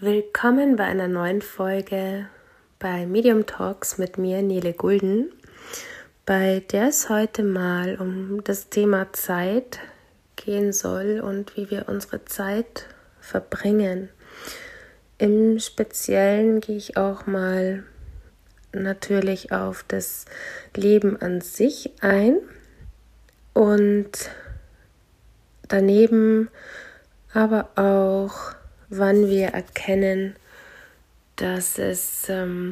Willkommen bei einer neuen Folge bei Medium Talks mit mir, Nele Gulden, bei der es heute mal um das Thema Zeit gehen soll und wie wir unsere Zeit verbringen. Im Speziellen gehe ich auch mal natürlich auf das Leben an sich ein und daneben aber auch, wann wir erkennen, dass es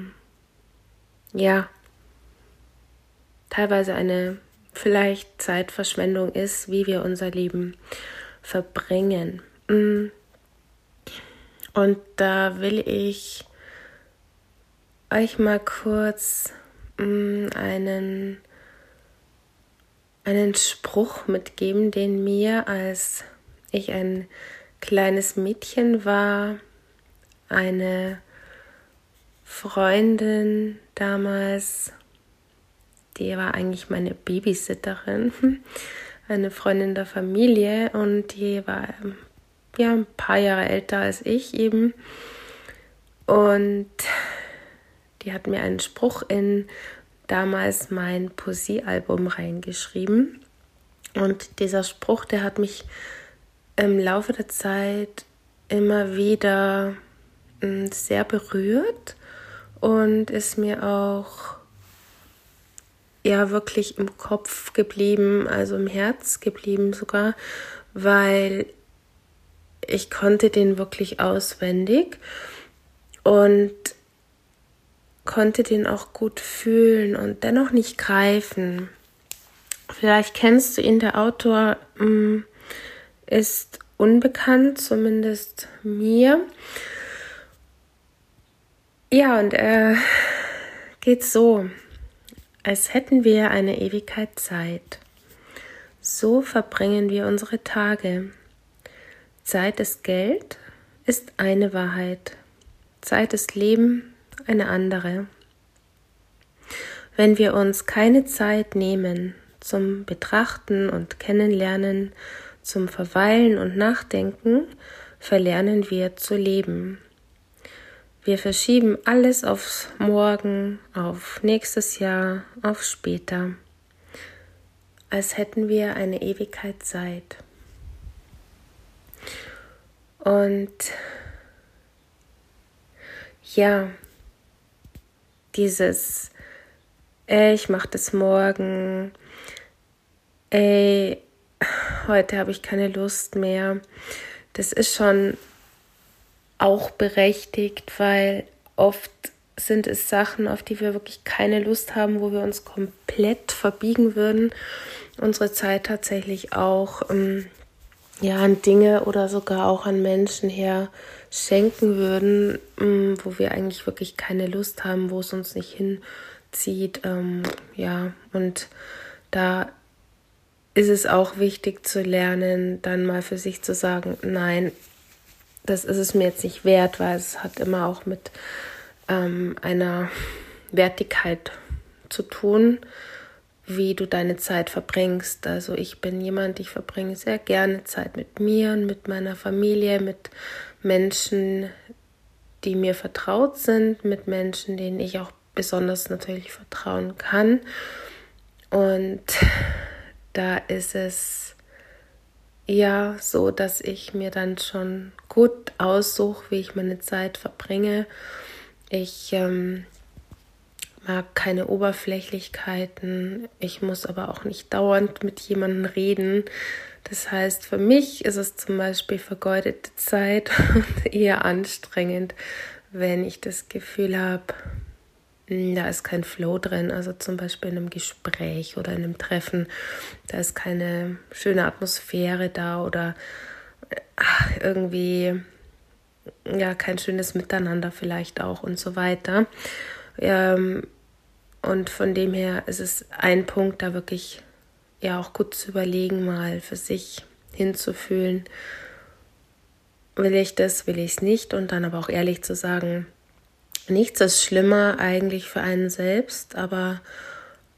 teilweise eine vielleicht Zeitverschwendung ist, wie wir unser Leben verbringen. Und da will ich euch mal kurz einen Spruch mitgeben, den mir, als ich ein kleines Mädchen war, eine Freundin damals, die war eigentlich meine Babysitterin, eine Freundin der Familie, und die war ein paar Jahre älter als ich eben, und die hat mir einen Spruch in damals mein Poesiealbum reingeschrieben, und dieser Spruch, der hat mich im Laufe der Zeit immer wieder sehr berührt und ist mir auch wirklich im Kopf geblieben, also im Herz geblieben sogar, weil ich konnte den wirklich auswendig und konnte den auch gut fühlen und dennoch nicht greifen. Vielleicht kennst du ihn, der Autor ist unbekannt, zumindest mir. Ja, und er geht so: Als hätten wir eine Ewigkeit Zeit. So verbringen wir unsere Tage. Zeit ist Geld, ist eine Wahrheit. Zeit ist Leben, eine andere. Wenn wir uns keine Zeit nehmen zum Betrachten und Kennenlernen, zum Verweilen und Nachdenken, verlernen wir zu leben. Wir verschieben alles aufs Morgen, auf nächstes Jahr, auf später, als hätten wir eine Ewigkeit Zeit. Und ja, dieses ich mache das morgen, heute habe ich keine Lust mehr, das ist schon auch berechtigt, weil oft sind es Sachen, auf die wir wirklich keine Lust haben, wo wir uns komplett verbiegen würden, unsere Zeit tatsächlich auch an Dinge oder sogar auch an Menschen her schenken würden, wo wir eigentlich wirklich keine Lust haben, wo es uns nicht hinzieht. Und da ist es auch wichtig zu lernen, dann mal für sich zu sagen, nein, das ist es mir jetzt nicht wert, weil es hat immer auch mit einer Wertigkeit zu tun, wie du deine Zeit verbringst. Also ich bin jemand, ich verbringe sehr gerne Zeit mit mir und mit meiner Familie, mit Menschen, die mir vertraut sind, mit Menschen, denen ich auch besonders natürlich vertrauen kann. Und da ist es so, dass ich mir dann schon gut aussuche, wie ich meine Zeit verbringe. Ich mag keine Oberflächlichkeiten. Ich muss aber auch nicht dauernd mit jemandem reden. Das heißt, für mich ist es zum Beispiel vergeudete Zeit und eher anstrengend, wenn ich das Gefühl habe, da ist kein Flow drin, also zum Beispiel in einem Gespräch oder in einem Treffen, da ist keine schöne Atmosphäre da oder irgendwie kein schönes Miteinander vielleicht auch und so weiter. Und von dem her ist es ein Punkt, da wirklich auch gut zu überlegen, mal für sich hinzufühlen, will ich das, will ich es nicht, und dann aber auch ehrlich zu sagen, nichts ist schlimmer eigentlich für einen selbst, aber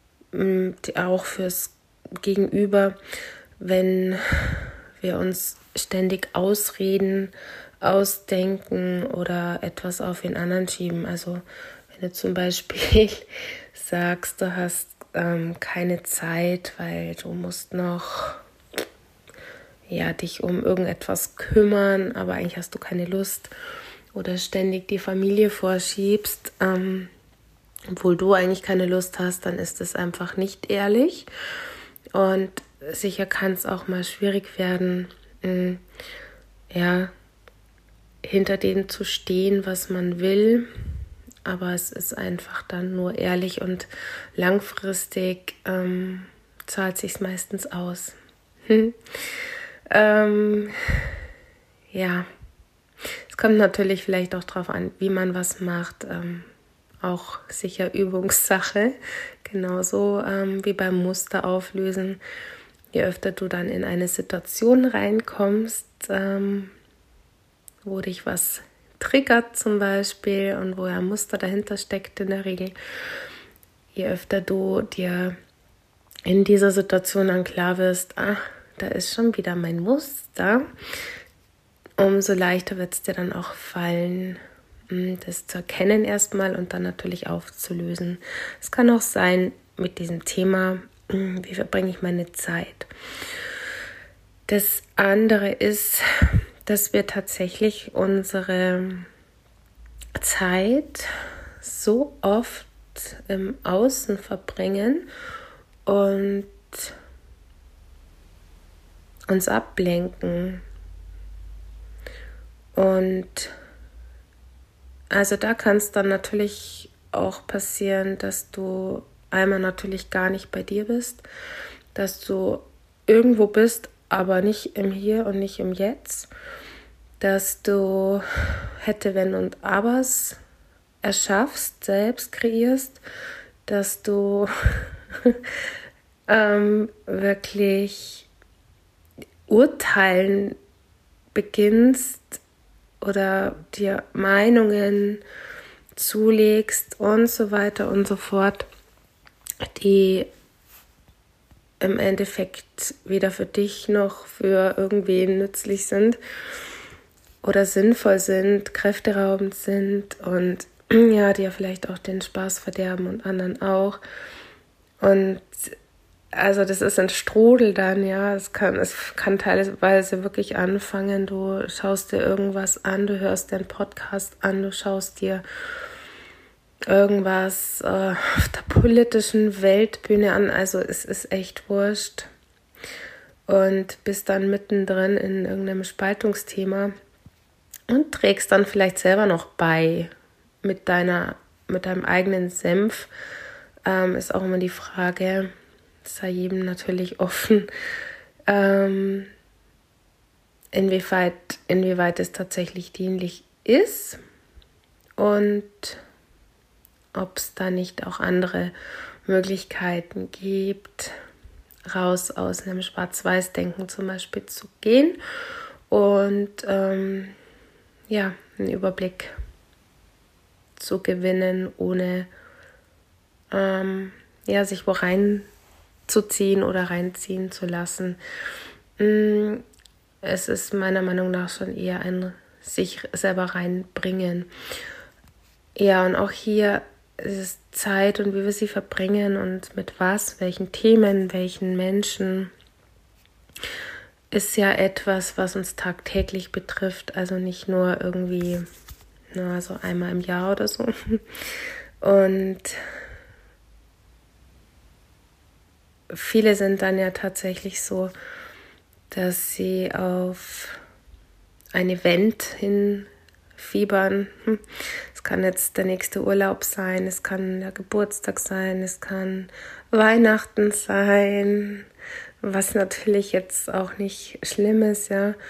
auch fürs Gegenüber, wenn wir uns ständig Ausreden ausdenken oder etwas auf den anderen schieben. Also wenn du zum Beispiel sagst, du hast keine Zeit, weil du musst noch dich um irgendetwas kümmern, aber eigentlich hast du keine Lust oder ständig die Familie vorschiebst, obwohl du eigentlich keine Lust hast, dann ist es einfach nicht ehrlich. Und sicher kann es auch mal schwierig werden, hinter dem zu stehen, was man will. Aber es ist einfach dann nur ehrlich und langfristig zahlt sich's meistens aus. Es kommt natürlich vielleicht auch darauf an, wie man was macht. Auch sicher Übungssache, genauso wie beim Muster auflösen. Je öfter du dann in eine Situation reinkommst, wo dich was triggert zum Beispiel und wo ein Muster dahinter steckt in der Regel, je öfter du dir in dieser Situation dann klar wirst, da ist schon wieder mein Muster, umso leichter wird es dir dann auch fallen, das zu erkennen erstmal und dann natürlich aufzulösen. Es kann auch sein mit diesem Thema, wie verbringe ich meine Zeit. Das andere ist, dass wir tatsächlich unsere Zeit so oft im Außen verbringen und uns ablenken. Und also da kann es dann natürlich auch passieren, dass du einmal natürlich gar nicht bei dir bist, dass du irgendwo bist, aber nicht im Hier und nicht im Jetzt, dass du Hätte, Wenn und Abers erschaffst, selbst kreierst, dass du wirklich urteilen beginnst oder dir Meinungen zulegst und so weiter und so fort, die im Endeffekt weder für dich noch für irgendwen nützlich sind oder sinnvoll sind, kräfteraubend sind und dir vielleicht auch den Spaß verderben und anderen auch. Und also das ist ein Strudel dann, es kann teilweise wirklich anfangen, du schaust dir irgendwas an, du hörst dir einen Podcast an, du schaust dir irgendwas auf der politischen Weltbühne an, also es ist echt wurscht und bist dann mittendrin in irgendeinem Spaltungsthema und trägst dann vielleicht selber noch bei mit deinem eigenen Senf, ist auch immer die Frage, sei jedem natürlich offen, inwieweit es tatsächlich dienlich ist und ob es da nicht auch andere Möglichkeiten gibt, raus aus einem Schwarz-Weiß-Denken zum Beispiel zu gehen und einen Überblick zu gewinnen, ohne sich wo reinzuziehen oder reinziehen zu lassen. Es ist meiner Meinung nach schon eher ein sich selber reinbringen. Ja, und auch hier ist es Zeit und wie wir sie verbringen und mit was, welchen Themen, welchen Menschen, ist ja etwas, was uns tagtäglich betrifft, also nicht nur irgendwie so einmal im Jahr oder so. Und viele sind dann ja tatsächlich so, dass sie auf ein Event hinfiebern. Es kann jetzt der nächste Urlaub sein, es kann der Geburtstag sein, es kann Weihnachten sein, was natürlich jetzt auch nicht schlimm ist,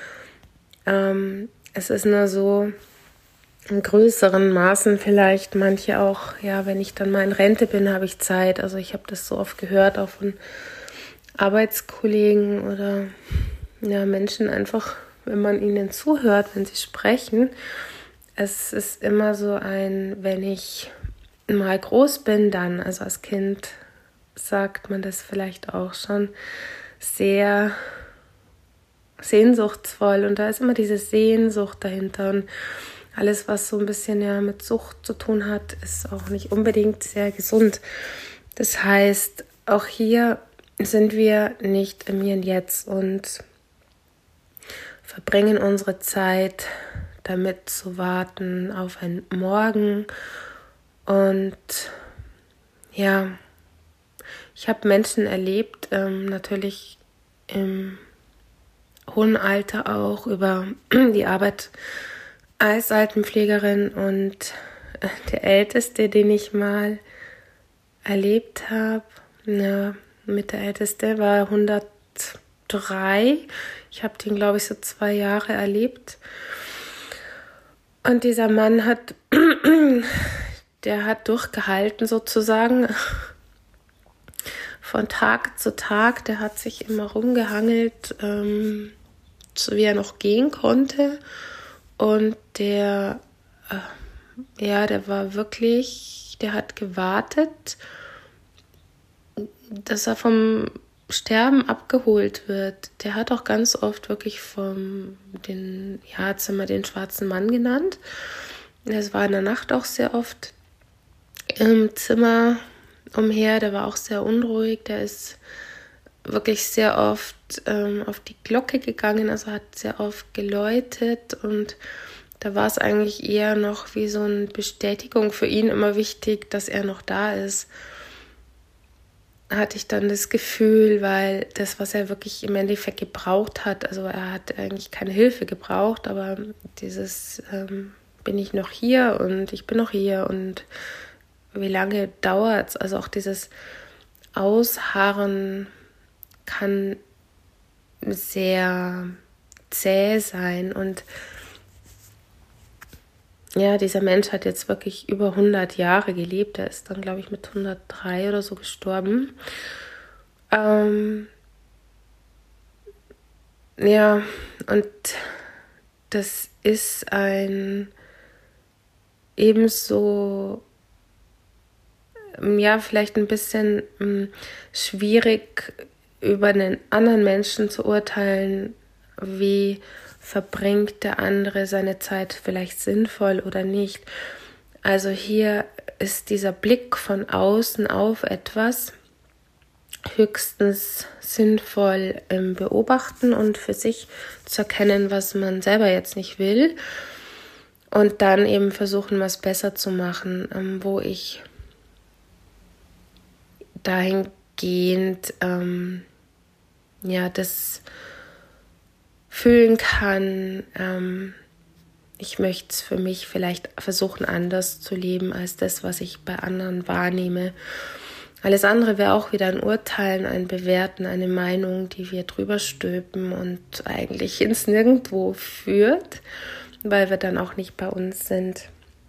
es ist nur so in größeren Maßen vielleicht, manche auch, wenn ich dann mal in Rente bin, habe ich Zeit. Also ich habe das so oft gehört, auch von Arbeitskollegen oder Menschen einfach, wenn man ihnen zuhört, wenn sie sprechen. Es ist immer so wenn ich mal groß bin, dann, also als Kind sagt man das vielleicht auch schon, sehr sehnsuchtsvoll und da ist immer diese Sehnsucht dahinter und alles, was so ein bisschen ja mit Sucht zu tun hat, ist auch nicht unbedingt sehr gesund. Das heißt, auch hier sind wir nicht im Hier und Jetzt und verbringen unsere Zeit damit zu warten auf ein Morgen. Und ja, ich habe Menschen erlebt, natürlich im hohen Alter auch, über die Arbeit als Altenpflegerin, und der Älteste, den ich mal erlebt habe, mit der Älteste war 103. Ich habe den, glaube ich, so 2 Jahre erlebt. Und dieser Mann der hat durchgehalten sozusagen von Tag zu Tag. Der hat sich immer rumgehangelt, so wie er noch gehen konnte. Und der war wirklich, der hat gewartet, dass er vom Sterben abgeholt wird. Der hat auch ganz oft wirklich den schwarzen Mann genannt. Das war in der Nacht auch sehr oft im Zimmer umher. Der war auch sehr unruhig. Der ist wirklich sehr oft auf die Glocke gegangen, also hat sehr oft geläutet, und da war es eigentlich eher noch wie so eine Bestätigung für ihn immer wichtig, dass er noch da ist. Hatte ich dann das Gefühl, weil das, was er wirklich im Endeffekt gebraucht hat, also er hat eigentlich keine Hilfe gebraucht, aber dieses bin ich noch hier und ich bin noch hier und wie lange dauert es, also auch dieses Ausharren kann sehr zäh sein. Und ja, dieser Mensch hat jetzt wirklich über 100 Jahre gelebt. Er ist dann, glaube ich, mit 103 oder so gestorben. Und das ist ein ebenso, vielleicht ein bisschen schwierig über einen anderen Menschen zu urteilen, wie verbringt der andere seine Zeit vielleicht sinnvoll oder nicht. Also hier ist dieser Blick von außen auf etwas höchstens sinnvoll im Beobachten und für sich zu erkennen, was man selber jetzt nicht will, und dann eben versuchen, was besser zu machen, wo ich dahingehend das fühlen kann. Ich möchte es für mich vielleicht versuchen, anders zu leben als das, was ich bei anderen wahrnehme. Alles andere wäre auch wieder ein Urteilen, ein Bewerten, eine Meinung, die wir drüber stülpen und eigentlich ins Nirgendwo führt, weil wir dann auch nicht bei uns sind.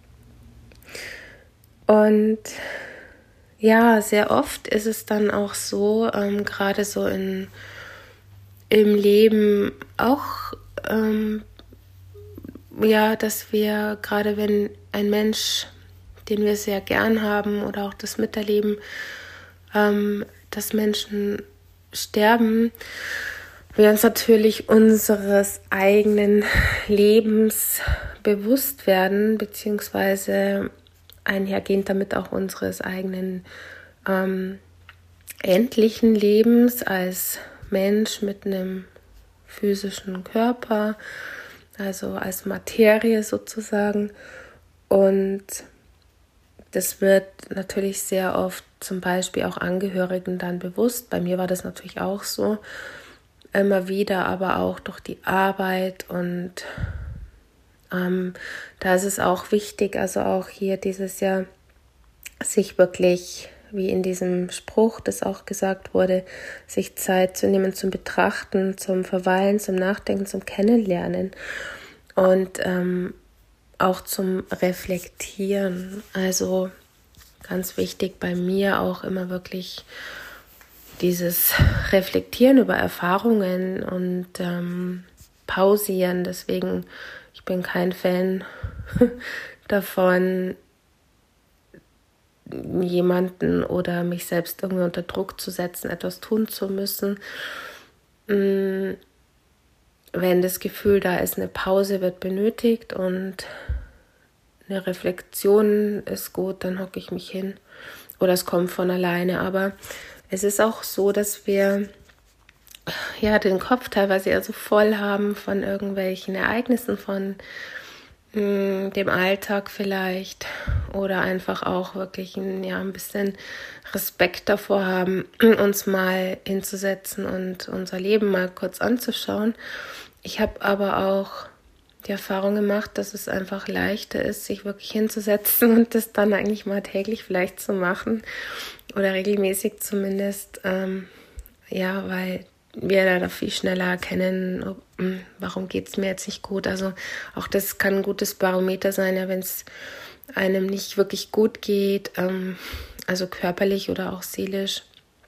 Und ja, sehr oft ist es dann auch so, gerade so im Leben auch, dass wir, gerade wenn ein Mensch, den wir sehr gern haben oder auch das miterleben, dass Menschen sterben, wir uns natürlich unseres eigenen Lebens bewusst werden, beziehungsweise einhergehend damit auch unseres eigenen endlichen Lebens als Mensch mit einem physischen Körper, also als Materie sozusagen. Und das wird natürlich sehr oft zum Beispiel auch Angehörigen dann bewusst. Bei mir war das natürlich auch so, immer wieder, aber auch durch die Arbeit. Und da ist es auch wichtig, also auch hier dieses Jahr, sich wirklich, wie in diesem Spruch, das auch gesagt wurde, sich Zeit zu nehmen zum Betrachten, zum Verweilen, zum Nachdenken, zum Kennenlernen und auch zum Reflektieren. Also ganz wichtig bei mir auch immer wirklich dieses Reflektieren über Erfahrungen und Pausieren. Deswegen, ich bin kein Fan davon, jemanden oder mich selbst irgendwie unter Druck zu setzen, etwas tun zu müssen, wenn das Gefühl da ist, eine Pause wird benötigt und eine Reflexion ist gut, dann hocke ich mich hin oder es kommt von alleine. Aber es ist auch so, dass wir den Kopf teilweise eher so voll haben von irgendwelchen Ereignissen, von dem Alltag vielleicht oder einfach auch wirklich ein bisschen Respekt davor haben, uns mal hinzusetzen und unser Leben mal kurz anzuschauen. Ich habe aber auch die Erfahrung gemacht, dass es einfach leichter ist, sich wirklich hinzusetzen und das dann eigentlich mal täglich vielleicht zu machen oder regelmäßig zumindest, weil wir da viel schneller erkennen, warum geht es mir jetzt nicht gut. Also auch das kann ein gutes Barometer sein, ja, wenn es einem nicht wirklich gut geht, also körperlich oder auch seelisch,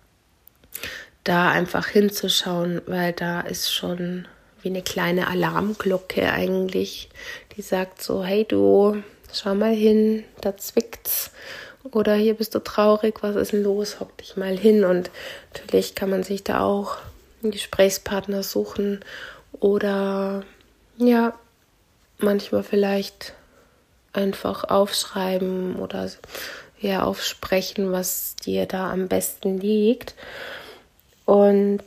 da einfach hinzuschauen, weil da ist schon wie eine kleine Alarmglocke eigentlich, die sagt so, hey du, schau mal hin, da zwickt's. Oder hier bist du traurig, was ist denn los? Hock dich mal hin. Und natürlich kann man sich da auch einen Gesprächspartner suchen oder manchmal vielleicht einfach aufschreiben oder aufsprechen, was dir da am besten liegt. Und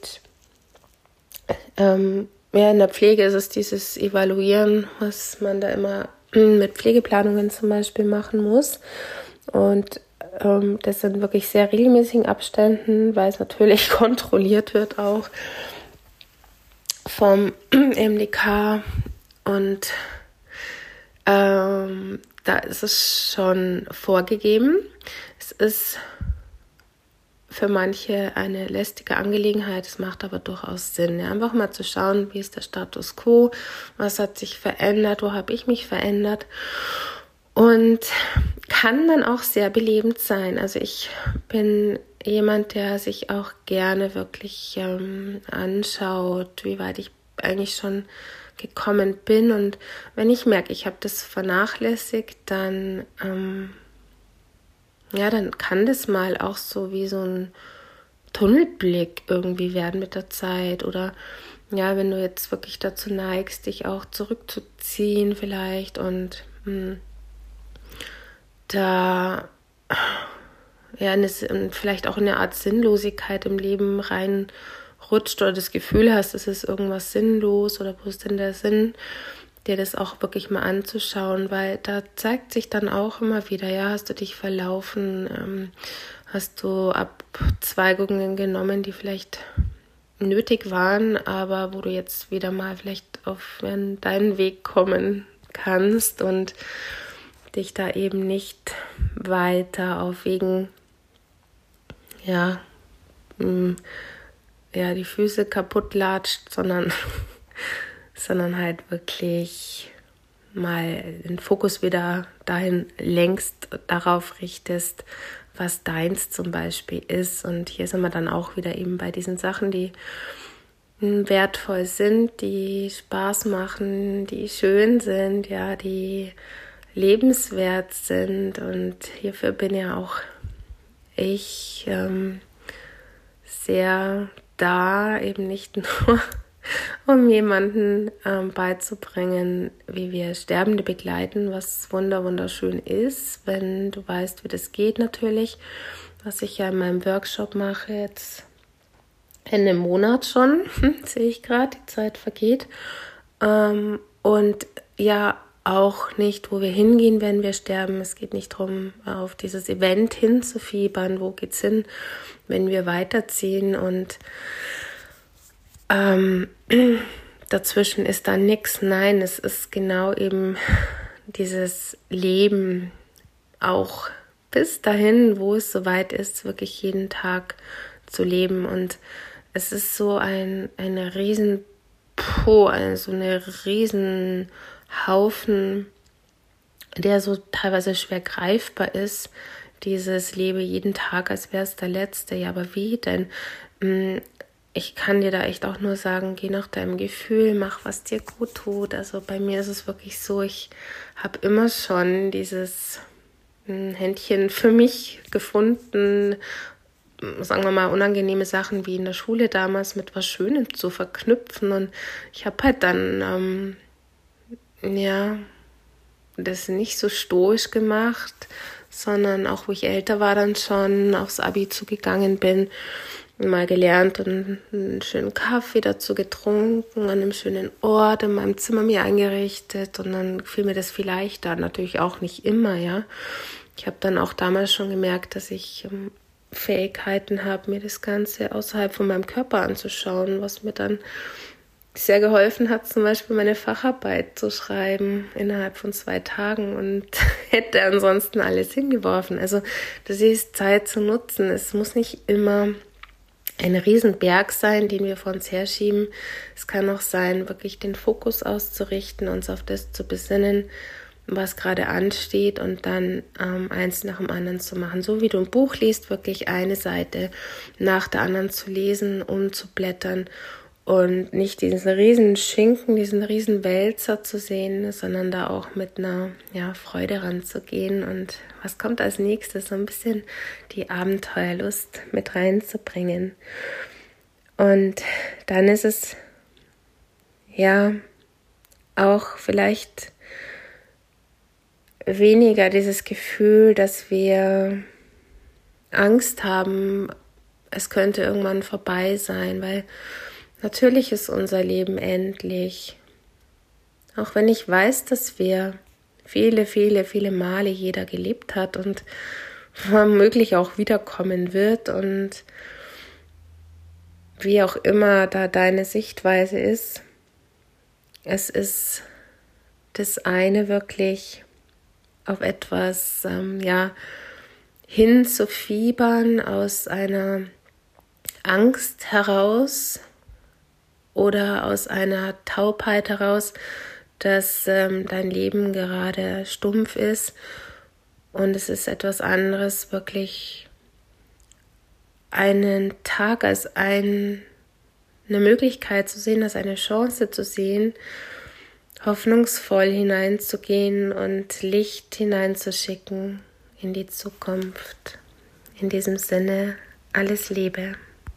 in der Pflege ist es dieses Evaluieren, was man da immer mit Pflegeplanungen zum Beispiel machen muss. Und das sind wirklich sehr regelmäßigen Abständen, weil es natürlich kontrolliert wird auch vom MDK. Und da ist es schon vorgegeben. Es ist für manche eine lästige Angelegenheit, es macht aber durchaus Sinn, einfach mal zu schauen, wie ist der Status quo, was hat sich verändert, wo habe ich mich verändert und kann dann auch sehr belebend sein. Also ich bin jemand, der sich auch gerne wirklich anschaut, wie weit ich eigentlich schon gekommen bin, und wenn ich merke, ich habe das vernachlässigt, dann dann kann das mal auch so wie so ein Tunnelblick irgendwie werden mit der Zeit. Oder wenn du jetzt wirklich dazu neigst, dich auch zurückzuziehen vielleicht und da vielleicht auch eine Art Sinnlosigkeit im Leben reinrutscht oder das Gefühl hast, es ist irgendwas sinnlos oder wo ist denn der Sinn, dir das auch wirklich mal anzuschauen, weil da zeigt sich dann auch immer wieder, hast du dich verlaufen, hast du Abzweigungen genommen, die vielleicht nötig waren, aber wo du jetzt wieder mal vielleicht auf deinen Weg kommen kannst und dich da eben nicht weiter auf Wegen, die Füße kaputt latscht, sondern halt wirklich mal den Fokus wieder dahin lenkst, darauf richtest, was deins zum Beispiel ist. Und hier sind wir dann auch wieder eben bei diesen Sachen, die wertvoll sind, die Spaß machen, die schön sind, die lebenswert sind. Und hierfür bin ja auch ich sehr da, eben nicht nur um jemanden beizubringen, wie wir Sterbende begleiten, was wunderschön ist, wenn du weißt, wie das geht natürlich, was ich ja in meinem Workshop mache, jetzt Ende Monat schon, sehe ich gerade, die Zeit vergeht, und auch nicht, wo wir hingehen, wenn wir sterben. Es geht nicht darum, auf dieses Event hinzufiebern, wo geht's hin, wenn wir weiterziehen, und dazwischen ist da nichts. Nein, es ist genau eben dieses Leben auch bis dahin, wo es soweit ist, wirklich jeden Tag zu leben. Und es ist so eine riesen Haufen, der so teilweise schwer greifbar ist. Dieses Lebe jeden Tag, als wäre es der letzte. Ja, aber wie denn? Ich kann dir da echt auch nur sagen, geh nach deinem Gefühl, mach, was dir gut tut. Also bei mir ist es wirklich so, ich habe immer schon dieses Händchen für mich gefunden, sagen wir mal, unangenehme Sachen wie in der Schule damals mit was Schönem zu verknüpfen. Und ich habe halt dann, das nicht so stoisch gemacht, sondern auch, wo ich älter war, dann schon aufs Abi zugegangen bin, mal gelernt und einen schönen Kaffee dazu getrunken, an einem schönen Ort in meinem Zimmer mir eingerichtet, und dann fiel mir das viel leichter, natürlich auch nicht immer, ja. Ich habe dann auch damals schon gemerkt, dass ich Fähigkeiten habe, mir das Ganze außerhalb von meinem Körper anzuschauen, was mir dann sehr geholfen hat, zum Beispiel meine Facharbeit zu schreiben innerhalb von 2 Tagen und hätte ansonsten alles hingeworfen. Also das ist Zeit zu nutzen. Es muss nicht immer ein Riesenberg sein, den wir vor uns herschieben. Es kann auch sein, wirklich den Fokus auszurichten, uns auf das zu besinnen, was gerade ansteht, und dann eins nach dem anderen zu machen. So wie du ein Buch liest, wirklich eine Seite nach der anderen zu lesen, umzublättern und nicht diesen riesen Schinken, diesen riesen Wälzer zu sehen, sondern da auch mit einer Freude ranzugehen. Und was kommt als nächstes? So ein bisschen die Abenteuerlust mit reinzubringen. Und dann ist es auch vielleicht weniger dieses Gefühl, dass wir Angst haben, es könnte irgendwann vorbei sein, weil natürlich ist unser Leben endlich. Auch wenn ich weiß, dass wir viele, viele, viele Male jeder gelebt hat und womöglich auch wiederkommen wird, und wie auch immer da deine Sichtweise ist, es ist das eine wirklich auf etwas hinzufiebern aus einer Angst heraus oder aus einer Taubheit heraus, dass dein Leben gerade stumpf ist, und es ist etwas anderes, wirklich einen Tag als eine Möglichkeit zu sehen, als eine Chance zu sehen, hoffnungsvoll hineinzugehen und Licht hineinzuschicken in die Zukunft. In diesem Sinne, alles Liebe.